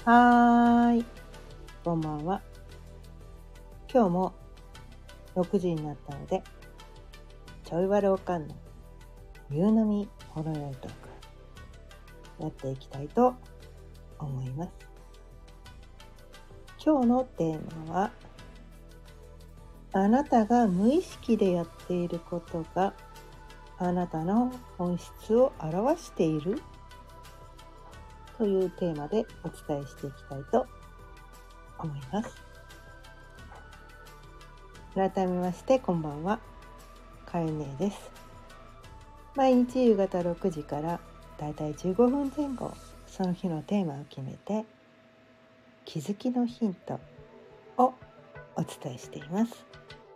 はーい、こんばんは。今日も6時になったので、ちょいわるおかんの夕飲みほろよいトークやっていきたいと思います。今日のテーマは、あなたが無意識でやっていることがあなたの本質を表しているというテーマでお伝えしていきたいと思います。改めましてこんばんは、かえねえです。毎日夕方6時からだいたい15分前後、その日のテーマを決めて気づきのヒントをお伝えしています。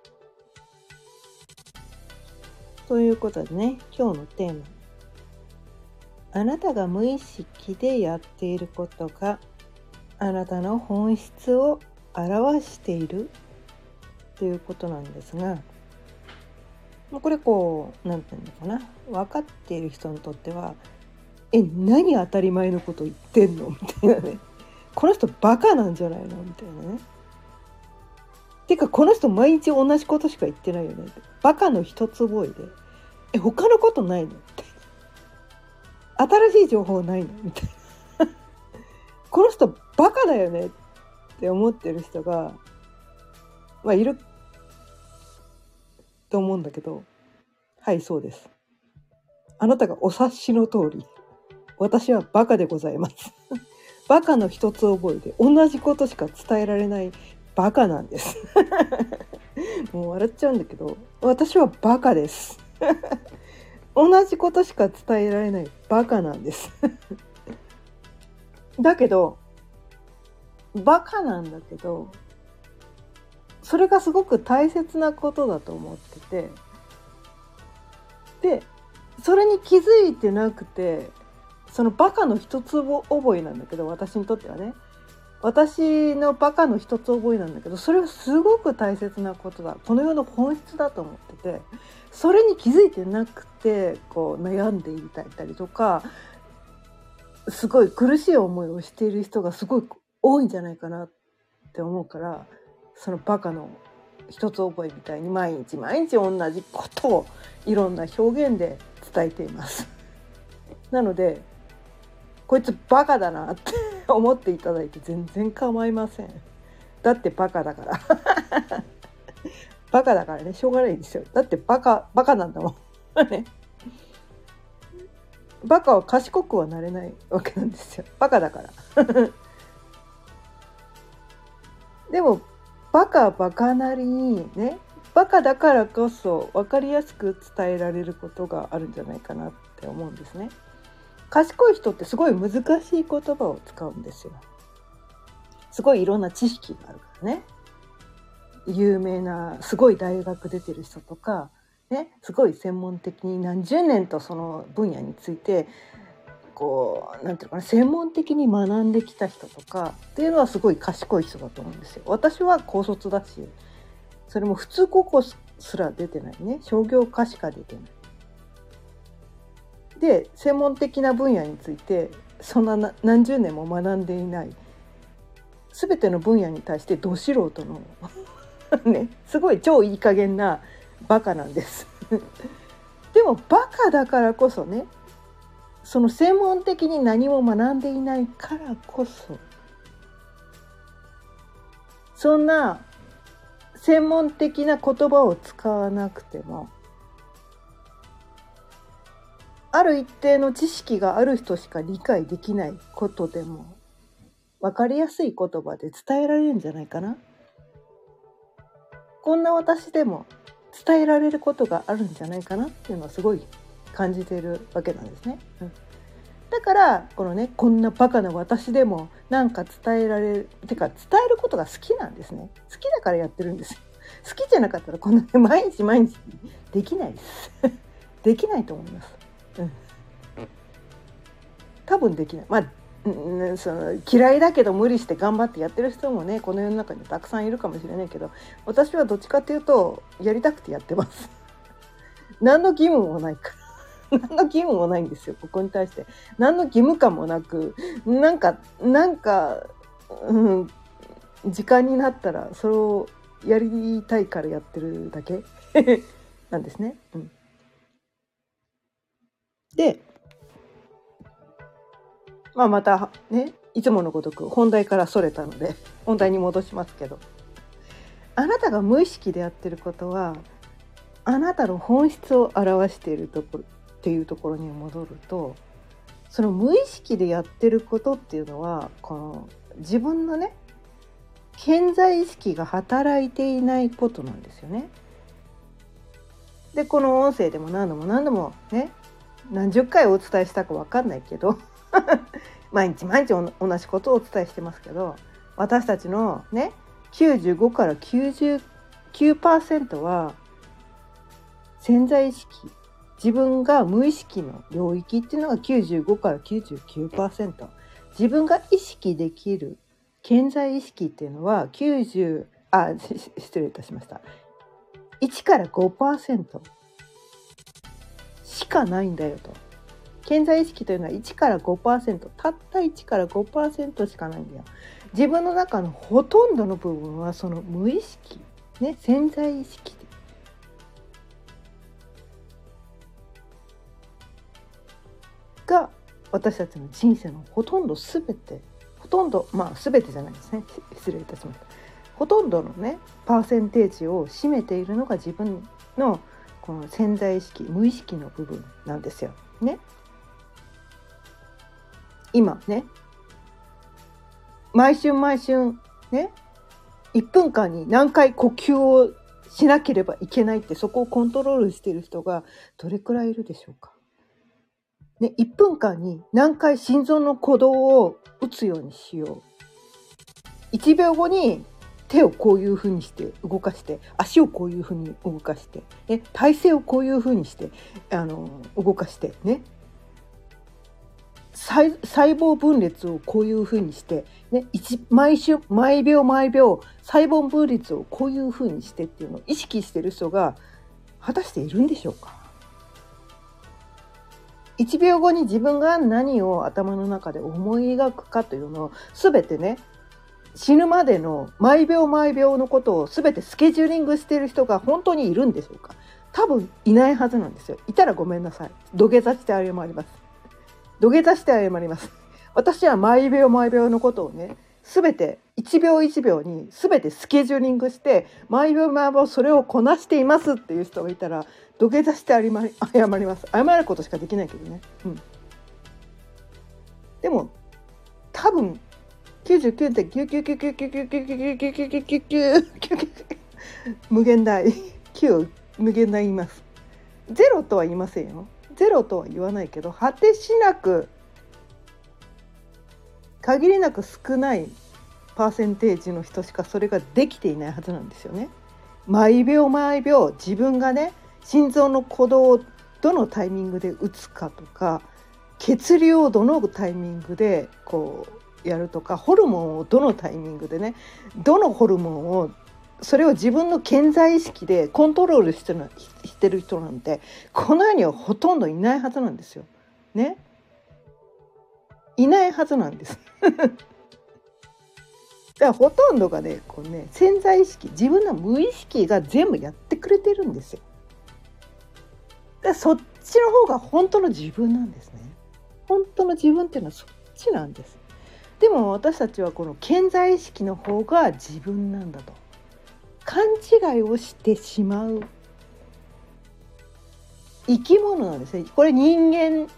ということでね、今日のテーマ、あなたが無意識でやっていることがあなたの本質を表しているということなんですが、これなんていうのかな、分かっている人にとっては何当たり前のこと言ってんのみたいなね、この人バカなんじゃないのみたいなね、てかこの人毎日同じことしか言ってないよね、バカの一つ覚えで他のことないのって新しい情報ないのみたいなこの人バカだよねって思ってる人がいると思うんだけど、はい、そうです。あなたがお察しの通り、私はバカでございますバカの一つ覚えで同じことしか伝えられないバカなんですもう笑っちゃうんだけど、私はバカです同じことしか伝えられないバカなんですだけどバカなんだけど、それがすごく大切なことだと思ってて、でそれに気づいてなくて、そのバカの一つ覚えなんだけど、私にとってはね、私のバカの一つ覚えなんだけど、それはすごく大切なことだ、この世の本質だと思ってて、それに気づいてなくて悩んでいたりとか、すごい苦しい思いをしている人がすごい多いんじゃないかなって思うから、そのバカの一つ覚えみたいに毎日同じことをいろんな表現で伝えていますなのでこいつバカだなって思っていただいて全然構いません。だってバカだからバカだからね、しょうがないんですよ。だってバカなんだもんね。バカは賢くはなれないわけなんですよ、バカだからでもバカなりにね、バカだからこそ分かりやすく伝えられることがあるんじゃないかなって思うんですね。賢い人ってすごい難しい言葉を使うんですよ。すごいいろんな知識があるからね。有名なすごい大学出てる人とかね、すごい専門的に何十年とその分野についてなんていうのかな、専門的に学んできた人とかっていうのはすごい賢い人だと思うんですよ。私は高卒だし、それも普通高校すら出てないね、商業科しか出てないで、専門的な分野についてそんな何十年も学んでいない、全ての分野に対してど素人のね、すごい超いい加減なバカなんですでもバカだからこそね、その専門的に何も学んでいないからこそ、そんな専門的な言葉を使わなくても、ある一定の知識がある人しか理解できないことでも分かりやすい言葉で伝えられるんじゃないかな。こんな私でも伝えられることがあるんじゃないかなっていうのはすごい感じているわけなんですね。だからこんなバカな私でもなんか伝えられる、てか伝えることが好きなんですね。好きだからやってるんですよ。好きじゃなかったらこんな毎日できないですできないと思います。多分できない。その嫌いだけど無理して頑張ってやってる人もね、この世の中にたくさんいるかもしれないけど、私はどっちかっていうとやりたくてやってます何の義務もないから何の義務もないんですよ。ここに対して何の義務感もなく、なんかうん、時間になったらそれをやりたいからやってるだけなんですね。で、またね、いつものごとく本題からそれたので本題に戻しますけど、あなたが無意識でやってることはあなたの本質を表しているところっていうところに戻ると、その無意識でやってることっていうのはこの自分のね潜在意識が働いていないことなんですよね。でこの音声でも何度もね、何十回お伝えしたか分かんないけど毎日同じことをお伝えしてますけど、私たちのね95から99%は潜在意識、自分が無意識の領域っていうのが95から99%、自分が意識できる潜在意識っていうのは失礼いたしました、1から5%しかないんだよと。潜在意識というのは1から5%、たった1から5%しかないんだよ。自分の中のほとんどの部分はその無意識、ね、潜在意識が私たちの人生のほとんど全て、全てじゃないですね、失礼いたしました。ほとんどのねパーセンテージを占めているのが自分のこの潜在意識、無意識の部分なんですよね。今ね、毎春ね、1分間に何回呼吸をしなければいけないって、そこをコントロールしている人がどれくらいいるでしょうか。ね、1分間に何回心臓の鼓動を打つようにしよう。1秒後に手をこういう風にして動かして、足をこういう風に動かして、ね、体勢をこういう風にして動かしてね、細胞分裂をこういう風にして、ね、毎秒細胞分裂をこういう風にしてっていうのを意識している人が果たしているんでしょうか。1秒後に自分が何を頭の中で思い描くかというのを全てね、死ぬまでの毎秒のことを全てスケジューリングしている人が本当にいるんでしょうか。多分いないはずなんですよ。いたらごめんなさい。土下座して謝ります。私は毎秒のことをね、全て1秒1秒に全てスケジューリングして毎秒それをこなしていますっていう人がいたら土下座して謝ります。謝ることしかできないけどね。でも多分99.99999999999無限大9無限大言います。ゼロとは言いませんよ。ゼロとは言わないけど、果てしなく限りなく少ないパーセンテージの人しかそれができていないはずなんですよね。毎秒自分がね心臓の鼓動をどのタイミングで打つかとか、血流をどのタイミングでこうやるとか、ホルモンをどのタイミングでね、どのホルモンをそれを自分の潜在意識でコントロールしてる人なんてこの世にはほとんどいないはずなんですよね。いないはずなんですだからほとんどがね、こうね、潜在意識、自分の無意識が全部やってくれてるんですよ。でそっちの方が本当の自分なんですね。本当の自分っていうのはそっちなんです。でも私たちはこの潜在意識の方が自分なんだと勘違いをしてしまう生き物なんですね。これ人間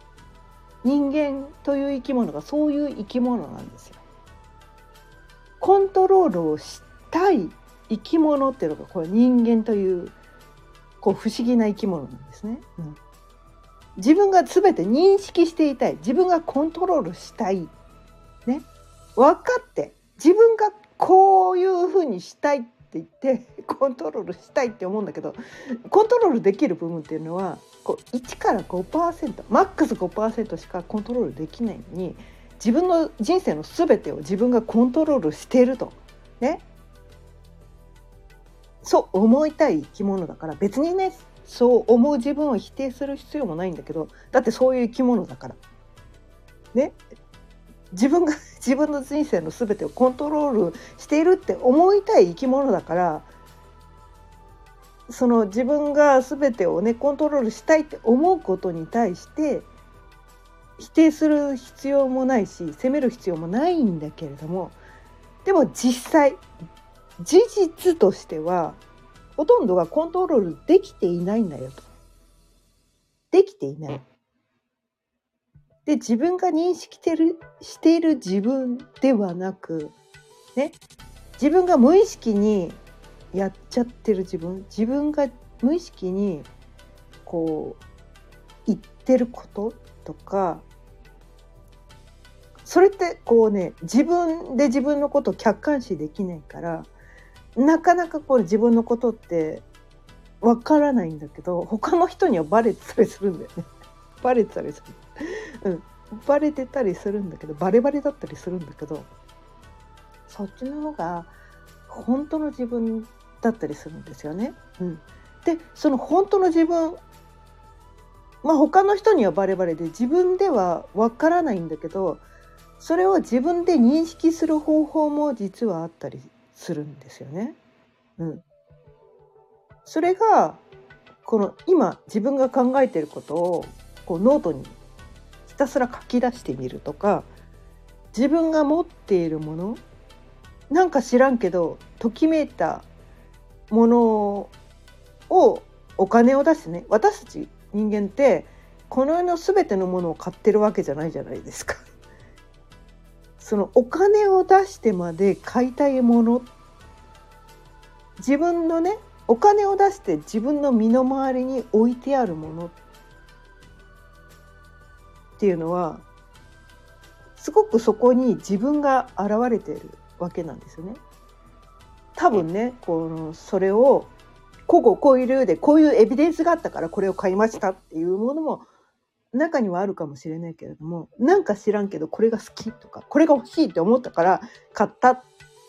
という生き物がそういう生き物なんですよ。コントロールをしたい生き物っていうのがこれ人間という不思議な生き物なんですね。自分が全て認識していたい、自分がコントロールしたい、ね、分かって自分がこういうふうにしたいって言ってコントロールしたいって思うんだけど、コントロールできる部分っていうのは1から 5%、 マックス 5% しかコントロールできないのに、自分の人生の全てを自分がコントロールしているとね、そう思いたい生き物だから、別にねそう思う自分を否定する必要もないんだけど、だってそういう生き物だからね。 自分が自分の人生の全てをコントロールしているって思いたい生き物だから、その自分が全てをねコントロールしたいって思うことに対して否定する必要もないし責める必要もないんだけれども、でも実際事実としてはほとんどがコントロールできていないんだよと。できていない。で、自分が認識している自分ではなく、ね、自分が無意識にやっちゃってる自分が無意識にこう言ってることとか、それってこうね、自分で自分のことを客観視できないから、なかなかこう自分のことってわからないんだけど、他の人にはバレてたりするんだよね。バレてたりする。うん。バレてたりするんだけど、バレバレだったりするんだけど、そっちの方が本当の自分だったりするんですよね。うん。で、その本当の自分、他の人にはバレバレで自分ではわからないんだけど、それを自分で認識する方法も実はあったりするんですよね。うん。それがこの今自分が考えていることをこうノートにひたすら書き出してみるとか、自分が持っているもの、なんか知らんけどときめいたものをお金を出してね、私たち人間ってこの世の全てのものを買ってるわけじゃないじゃないですか。そのお金を出してまで買いたいもの、自分のねお金を出して自分の身の回りに置いてあるものっていうのはすごくそこに自分が現れているわけなんですよね。多分ね、それをこういう理由でこういうエビデンスがあったからこれを買いましたっていうものも中にはあるかもしれないけれども、なんか知らんけどこれが好きとかこれが欲しいって思ったから買った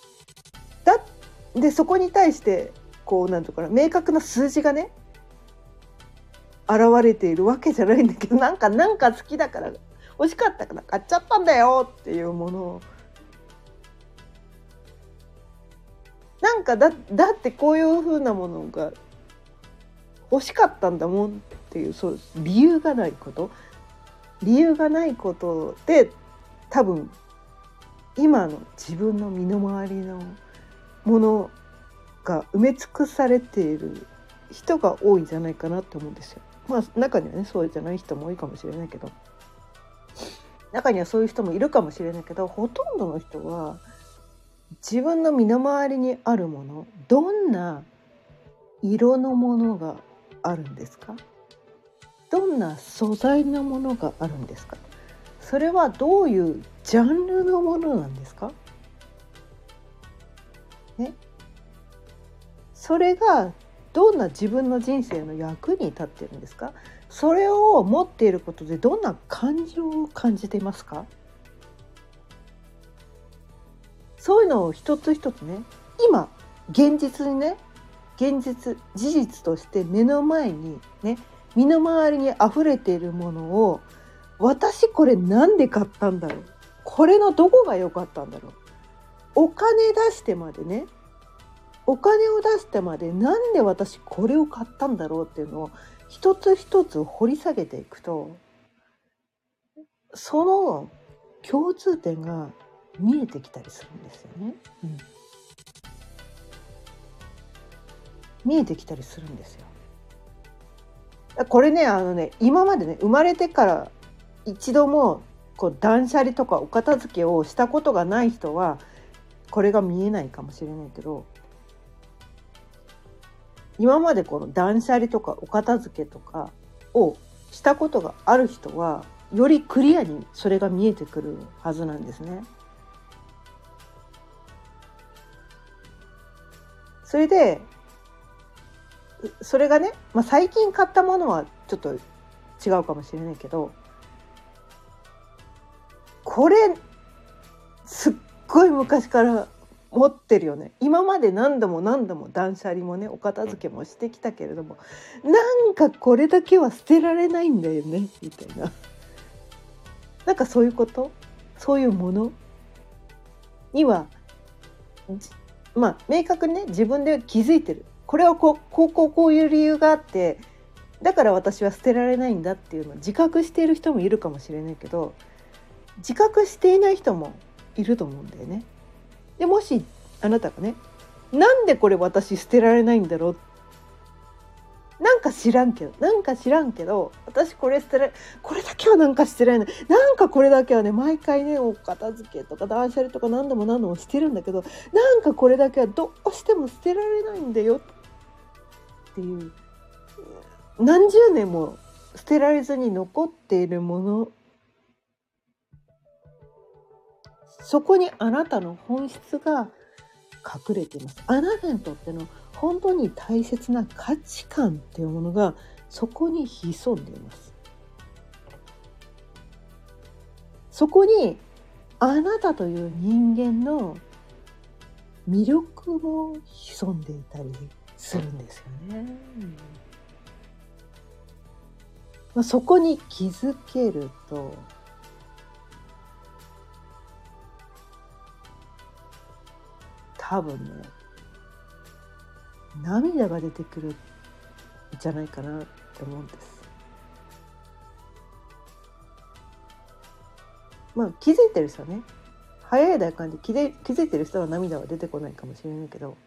で、そこに対してなんとかな明確な数字がね現れているわけじゃないんだけど、なんか好きだから欲しかったから買っちゃったんだよっていうものを、なんかだってこういう風なものが欲しかったんだもんっていう、そう理由がないことで多分今の自分の身の回りのものが埋め尽くされている人が多いんじゃないかなって思うんですよ。中にはねそうじゃない人も多いかもしれないけど、中にはそういう人もいるかもしれないけど、ほとんどの人は自分の身の回りにあるもの、どんな色のものがあるんですか？どんな素材のものがあるんですか？それはどういうジャンルのものなんですか？ね、それがどんな自分の人生の役に立っているんですか？それを持っていることでどんな感情を感じていますか？そういうのを一つ一つね、今現実にね、事実として目の前にね、身の回りに溢れているものを、私これなんで買ったんだろう、これのどこが良かったんだろう、お金出してまでね、お金を出してまでなんで私これを買ったんだろうっていうのを一つ一つ掘り下げていくと、その共通点が見えてきたりするんですよね。見えてきたりするんですよ。これね、今までね生まれてから一度も断捨離とかお片付けをしたことがない人はこれが見えないかもしれないけど、今までこの断捨離とかお片付けとかをしたことがある人はよりクリアにそれが見えてくるはずなんですね。それでそれがね、最近買ったものはちょっと違うかもしれないけど、これすっごい昔から持ってるよね。今まで何度も断捨離もねお片付けもしてきたけれども、なんかこれだけは捨てられないんだよねみたいな、なんかそういうこと。 そういうものには明確にね自分で気づいてる。これはこういう理由があって、だから私は捨てられないんだっていうのを自覚している人もいるかもしれないけど、自覚していない人もいると思うんだよね。でもしあなたがね、なんでこれ私捨てられないんだろう、なんか知らんけど私これこれだけはなんか捨てられない、なんかこれだけはね毎回ねお片付けとか断捨離とか何度もしてるんだけど、なんかこれだけはどうしても捨てられないんだよっていう、何十年も捨てられずに残っているもの、そこにあなたの本質が隠れています。あなたにとっての本当に大切な価値観っていうものがそこに潜んでいます。そこにあなたという人間の魅力も潜んでいたりするんですよね。そこに気づけると多分ね、涙が出てくるんじゃないかなって思うんです。気づいてる人はね、早い段階で気づいてる人は涙は出てこないかもしれないけど、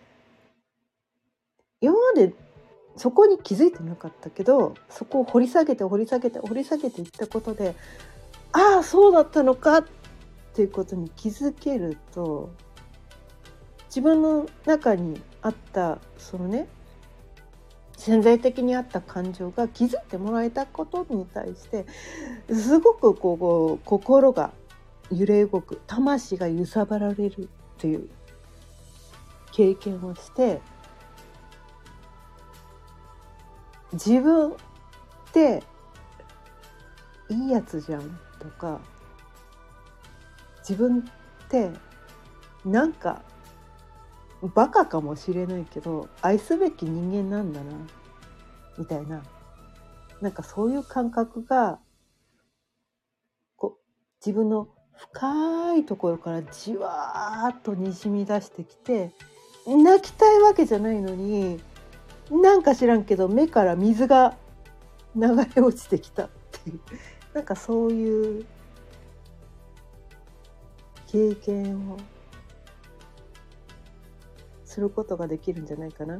今までそこに気づいてなかったけど、そこを掘り下げていったことで、ああそうだったのかっていうことに気づけると、自分の中にあったそのね、潜在的にあった感情が気づいてもらえたことに対してすごく心が揺れ動く、魂が揺さばられるっていう経験をして、自分っていいやつじゃんとか、自分ってなんかバカかもしれないけど愛すべき人間なんだなみたいな、なんかそういう感覚が自分の深いところからじわーっとにじみ出してきて、泣きたいわけじゃないのに、なんか知らんけど目から水が流れ落ちてきたっていう、なんかそういう経験をすることができるんじゃないかな。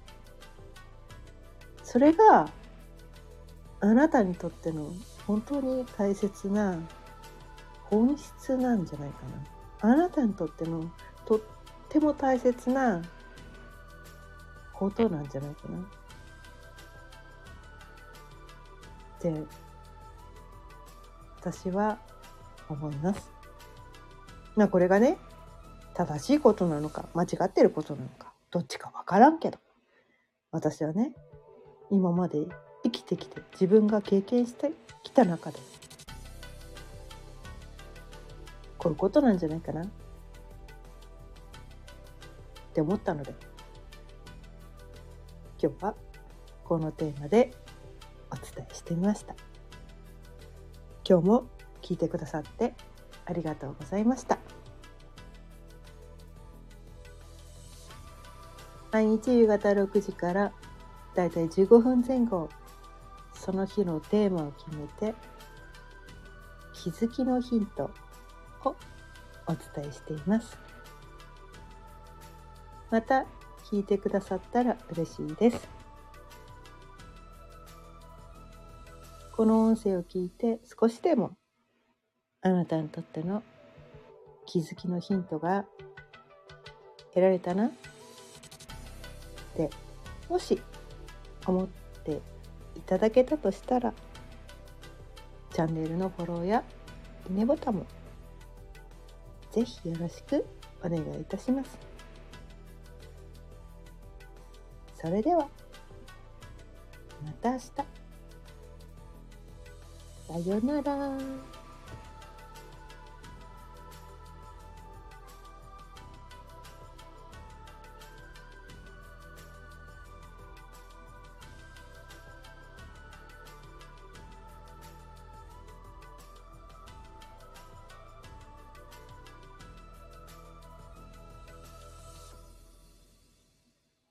それがあなたにとっての本当に大切な本質なんじゃないかな。あなたにとってのとっても大切なことなんじゃないかなって私は思います。これがね、正しいことなのか間違ってることなのかどっちかわからんけど、私はね、今まで生きてきて自分が経験してきた中でこういうことなんじゃないかなって思ったので、今日はこのテーマでお伝えしてみました。今日も聞いてくださってありがとうございました。毎日夕方6時からだいたい15分前後、その日のテーマを決めて気づきのヒントをお伝えしています。また聞いてくださったら嬉しいです。この音声を聞いて少しでもあなたにとっての気づきのヒントが得られたなってもし思っていただけたとしたら、チャンネルのフォローやいいねボタンもぜひよろしくお願いいたします。それではまた明日。さよなら。